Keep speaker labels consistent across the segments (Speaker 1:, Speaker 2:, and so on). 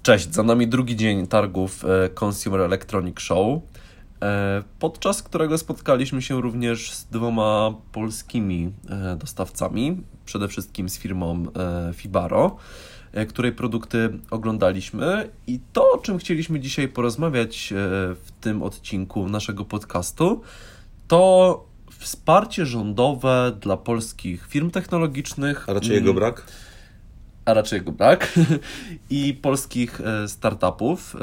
Speaker 1: Cześć, za nami drugi dzień targów Consumer Electronic Show, podczas którego spotkaliśmy się również z dwoma polskimi dostawcami, przede wszystkim z firmą Fibaro, której produkty oglądaliśmy, i to, o czym chcieliśmy dzisiaj porozmawiać w tym odcinku naszego podcastu, to wsparcie rządowe dla polskich firm technologicznych.
Speaker 2: A raczej jego brak.
Speaker 1: I polskich startupów.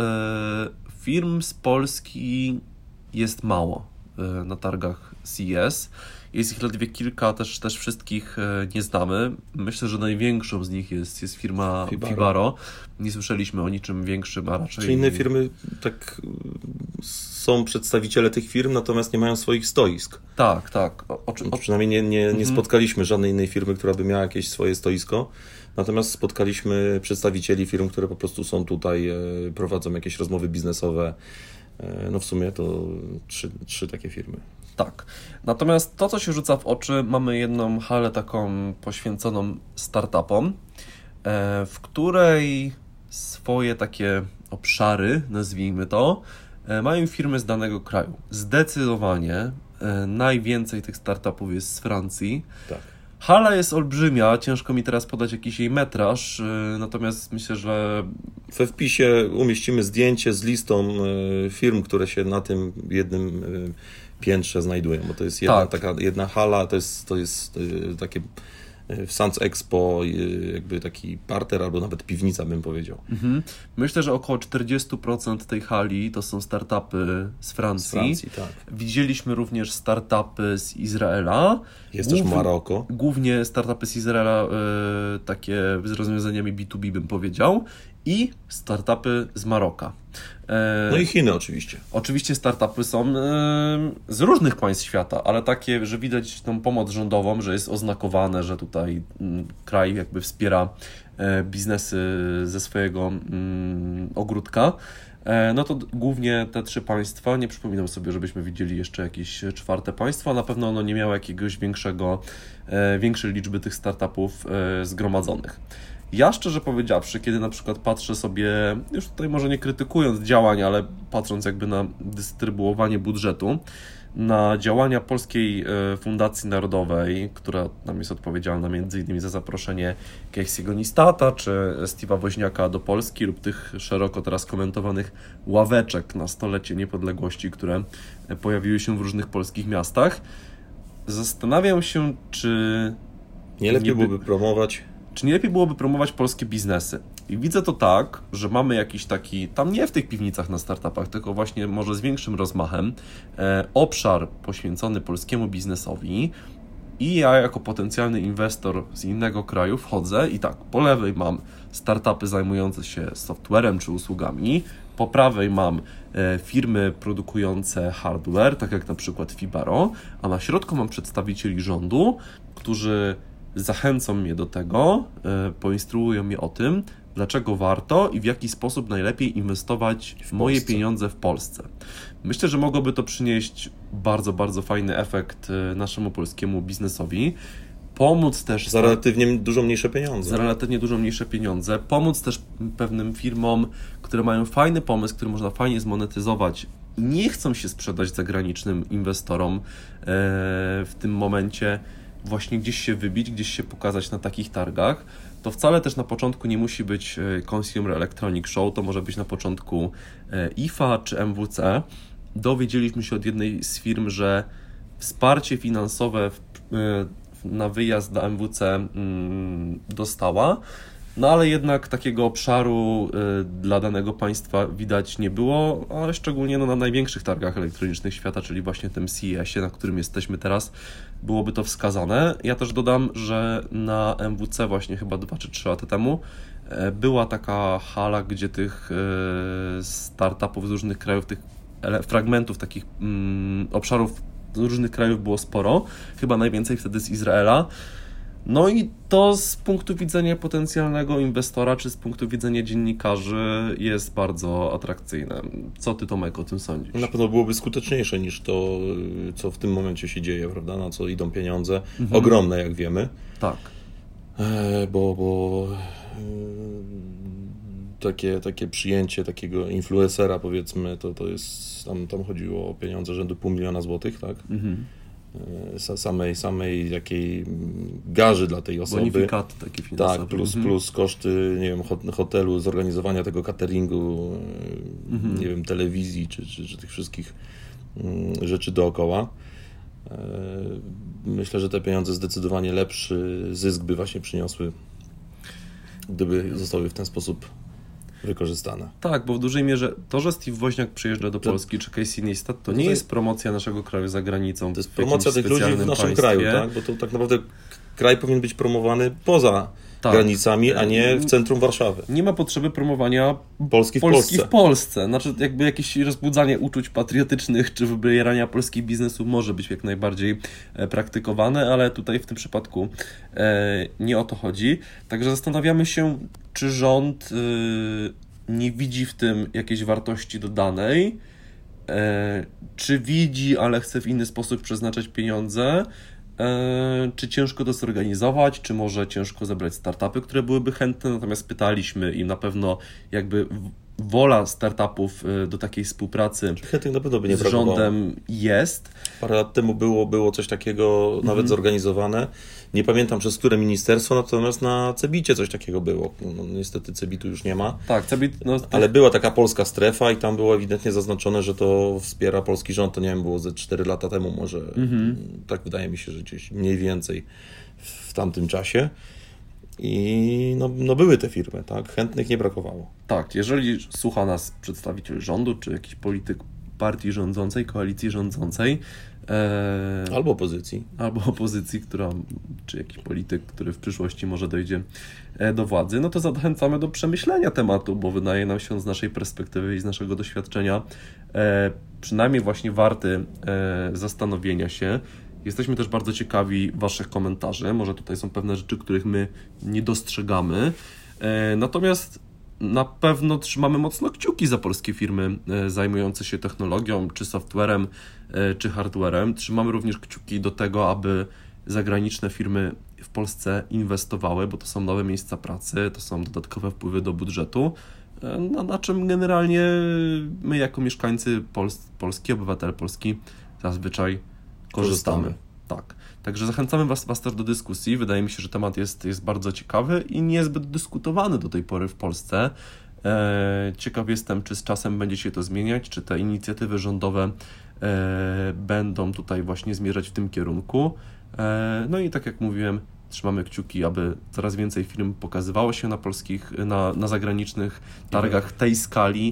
Speaker 1: Firm z Polski jest mało na targach CES. Jest ich ledwie kilka, też wszystkich nie znamy. Myślę, że największą z nich jest firma Fibaro. Nie słyszeliśmy o niczym większym, a raczej...
Speaker 2: Czy inne firmy, tak, są przedstawiciele tych firm, natomiast nie mają swoich stoisk.
Speaker 1: Tak.
Speaker 2: Przynajmniej nie spotkaliśmy żadnej innej firmy, która by miała jakieś swoje stoisko. Natomiast spotkaliśmy przedstawicieli firm, które po prostu są tutaj, prowadzą jakieś rozmowy biznesowe. No w sumie to trzy takie firmy.
Speaker 1: Tak. Natomiast to, co się rzuca w oczy, mamy jedną halę taką poświęconą startupom, w której swoje takie obszary, nazwijmy to, mają firmy z danego kraju. Zdecydowanie najwięcej tych startupów jest z Francji.
Speaker 2: Tak.
Speaker 1: Hala jest olbrzymia, ciężko mi teraz podać jakiś jej metraż, natomiast myślę, że...
Speaker 2: We wpisie umieścimy zdjęcie z listą firm, które się na tym jednym piętrze znajdują, bo to jest jedna hala, to jest takie w Sands Expo jakby taki parter albo nawet piwnica, bym powiedział.
Speaker 1: Myślę, że około 40% tej hali to są startupy z Francji.
Speaker 2: Tak.
Speaker 1: Widzieliśmy również startupy z Izraela.
Speaker 2: Jest też Maroko.
Speaker 1: Głównie startupy z Izraela, takie z rozwiązaniami B2B, bym powiedział, i startupy z Maroka.
Speaker 2: No i Chiny oczywiście.
Speaker 1: Oczywiście startupy są z różnych państw świata, ale takie, że widać tą pomoc rządową, że jest oznakowane, że tutaj kraj jakby wspiera biznesy ze swojego ogródka. No to głównie te trzy państwa. Nie przypominam sobie, żebyśmy widzieli jeszcze jakieś czwarte państwo. Na pewno ono nie miało jakiegoś większej liczby tych startupów zgromadzonych. Ja szczerze powiedziawszy, kiedy na przykład patrzę sobie, już tutaj może nie krytykując działań, ale patrząc jakby na dystrybuowanie budżetu, na działania Polskiej Fundacji Narodowej, która nam jest odpowiedzialna m.in. za zaproszenie Casey'ego Neistata czy Steve'a Woźniaka do Polski lub tych szeroko teraz komentowanych ławeczek na stolecie niepodległości, które pojawiły się w różnych polskich miastach, zastanawiam się, czy
Speaker 2: nie lepiej byłoby promować
Speaker 1: polskie biznesy. I widzę to tak, że mamy jakiś taki, tam nie w tych piwnicach na startupach, tylko właśnie może z większym rozmachem, obszar poświęcony polskiemu biznesowi, i ja jako potencjalny inwestor z innego kraju wchodzę i tak, po lewej mam startupy zajmujące się softwarem czy usługami, po prawej mam firmy produkujące hardware, tak jak na przykład Fibaro, a na środku mam przedstawicieli rządu, którzy zachęcą mnie do tego, poinstruują mnie o tym, dlaczego warto i w jaki sposób najlepiej inwestować moje pieniądze w Polsce. Myślę, że mogłoby to przynieść bardzo, bardzo fajny efekt naszemu polskiemu biznesowi. Pomóc też...
Speaker 2: Za relatywnie dużo mniejsze pieniądze.
Speaker 1: Pomóc też pewnym firmom, które mają fajny pomysł, który można fajnie zmonetyzować i nie chcą się sprzedać zagranicznym inwestorom w tym momencie, właśnie gdzieś się wybić, gdzieś się pokazać na takich targach. To wcale też na początku nie musi być Consumer Electronic Show, to może być na początku IFA czy MWC. Dowiedzieliśmy się od jednej z firm, że wsparcie finansowe na wyjazd do MWC dostała, no ale jednak takiego obszaru dla danego państwa widać nie było, ale szczególnie na największych targach elektronicznych świata, czyli właśnie tym CES-ie, na którym jesteśmy teraz, byłoby to wskazane. Ja też dodam, że na MWC właśnie chyba 2 czy 3 lata temu była taka hala, gdzie tych startupów z różnych krajów, tych fragmentów, takich obszarów z różnych krajów było sporo, chyba najwięcej wtedy z Izraela. No i to z punktu widzenia potencjalnego inwestora, czy z punktu widzenia dziennikarzy jest bardzo atrakcyjne. Co ty, Tomek, o tym sądzisz?
Speaker 2: Na pewno byłoby skuteczniejsze niż to, co w tym momencie się dzieje, prawda? Na co idą pieniądze. Ogromne, jak wiemy.
Speaker 1: Tak.
Speaker 2: Bo takie przyjęcie takiego influencera, powiedzmy, to jest, tam chodziło o pieniądze rzędu 500 000 złotych, tak? Samej jakiej garzy dla tej osoby.
Speaker 1: Bonifikaty takie finansowe.
Speaker 2: Tak, plus koszty, nie wiem, hotelu, zorganizowania tego cateringu, nie wiem, telewizji, czy tych wszystkich rzeczy dookoła. Myślę, że te pieniądze zdecydowanie lepszy zysk by właśnie przyniosły, gdyby zostały w ten sposób wykorzystane.
Speaker 1: Tak, bo w dużej mierze to, że Steve Woźniak przyjeżdża do Polski, czy Casey Neistat, to nie jest promocja naszego kraju za granicą.
Speaker 2: To jest promocja tych ludzi w naszym kraju, tak? Bo to tak naprawdę kraj powinien być promowany poza granicami, a nie w centrum Warszawy.
Speaker 1: Nie ma potrzeby promowania
Speaker 2: Polski
Speaker 1: w Polsce. Znaczy jakby jakieś rozbudzanie uczuć patriotycznych, czy wybierania polskich biznesów może być jak najbardziej praktykowane, ale tutaj w tym przypadku nie o to chodzi. Także zastanawiamy się, czy rząd nie widzi w tym jakiejś wartości dodanej, czy widzi, ale chce w inny sposób przeznaczać pieniądze, czy ciężko to zorganizować, czy może ciężko zebrać startupy, które byłyby chętne, natomiast pytaliśmy i na pewno jakby wola startupów do takiej współpracy
Speaker 2: na pewno by nie
Speaker 1: z rządem jest.
Speaker 2: Parę lat temu było coś takiego nawet zorganizowane. Nie pamiętam przez które ministerstwo, natomiast na CEBIT-cie coś takiego było. No, niestety CEBIT-u już nie ma.
Speaker 1: Tak, CEBIT,
Speaker 2: ale była taka polska strefa i tam było ewidentnie zaznaczone, że to wspiera polski rząd. To nie wiem, było ze 4 lata temu może. Tak wydaje mi się, że gdzieś mniej więcej w tamtym czasie. I no były te firmy, tak? Chętnych nie brakowało.
Speaker 1: Tak, jeżeli słucha nas przedstawiciel rządu, czy jakiś polityk partii rządzącej, koalicji rządzącej,
Speaker 2: albo
Speaker 1: opozycji, czy jakiś polityk, który w przyszłości może dojdzie do władzy, no to zachęcamy do przemyślenia tematu, bo wydaje nam się z naszej perspektywy i z naszego doświadczenia przynajmniej właśnie warty zastanowienia się. Jesteśmy też bardzo ciekawi Waszych komentarzy. Może tutaj są pewne rzeczy, których my nie dostrzegamy. Natomiast na pewno trzymamy mocno kciuki za polskie firmy zajmujące się technologią, czy softwarem, czy hardwarem. Trzymamy również kciuki do tego, aby zagraniczne firmy w Polsce inwestowały, bo to są nowe miejsca pracy, to są dodatkowe wpływy do budżetu, na czym generalnie my jako mieszkańcy Polski, obywatel Polski zazwyczaj korzystamy. Tak. Także zachęcamy Was też do dyskusji. Wydaje mi się, że temat jest bardzo ciekawy i niezbyt dyskutowany do tej pory w Polsce. Ciekaw jestem, czy z czasem będzie się to zmieniać, czy te inicjatywy rządowe będą tutaj właśnie zmierzać w tym kierunku. No i tak jak mówiłem, trzymamy kciuki, aby coraz więcej firm pokazywało się na zagranicznych targach tej skali.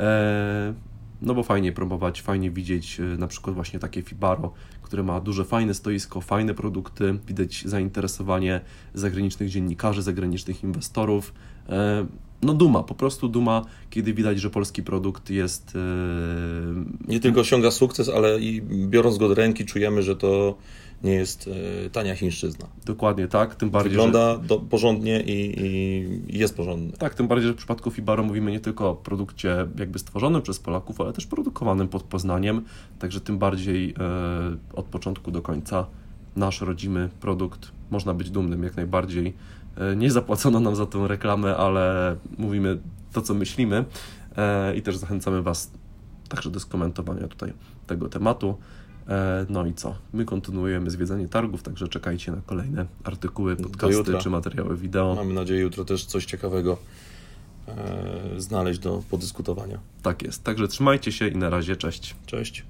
Speaker 1: No bo fajnie próbować, fajnie widzieć na przykład właśnie takie Fibaro, które ma duże, fajne stoisko, fajne produkty, widać zainteresowanie zagranicznych dziennikarzy, zagranicznych inwestorów. No duma, po prostu duma, kiedy widać, że polski produkt jest...
Speaker 2: Nie tylko osiąga sukces, ale i biorąc go do ręki czujemy, że to nie jest tania chińszczyzna.
Speaker 1: Dokładnie tak, tym bardziej,
Speaker 2: wygląda porządnie i jest porządny.
Speaker 1: Tak, tym bardziej, że w przypadku Fibaro mówimy nie tylko o produkcie jakby stworzonym przez Polaków, ale też produkowanym pod Poznaniem, także tym bardziej od początku do końca nasz rodzimy produkt, można być dumnym jak najbardziej. Nie zapłacono nam za tę reklamę, ale mówimy to, co myślimy i też zachęcamy Was także do skomentowania tutaj tego tematu. No i co? My kontynuujemy zwiedzanie targów, także czekajcie na kolejne artykuły, podcasty czy materiały wideo.
Speaker 2: Mamy nadzieję jutro też coś ciekawego znaleźć do podyskutowania.
Speaker 1: Tak jest. Także trzymajcie się i na razie. Cześć.
Speaker 2: Cześć.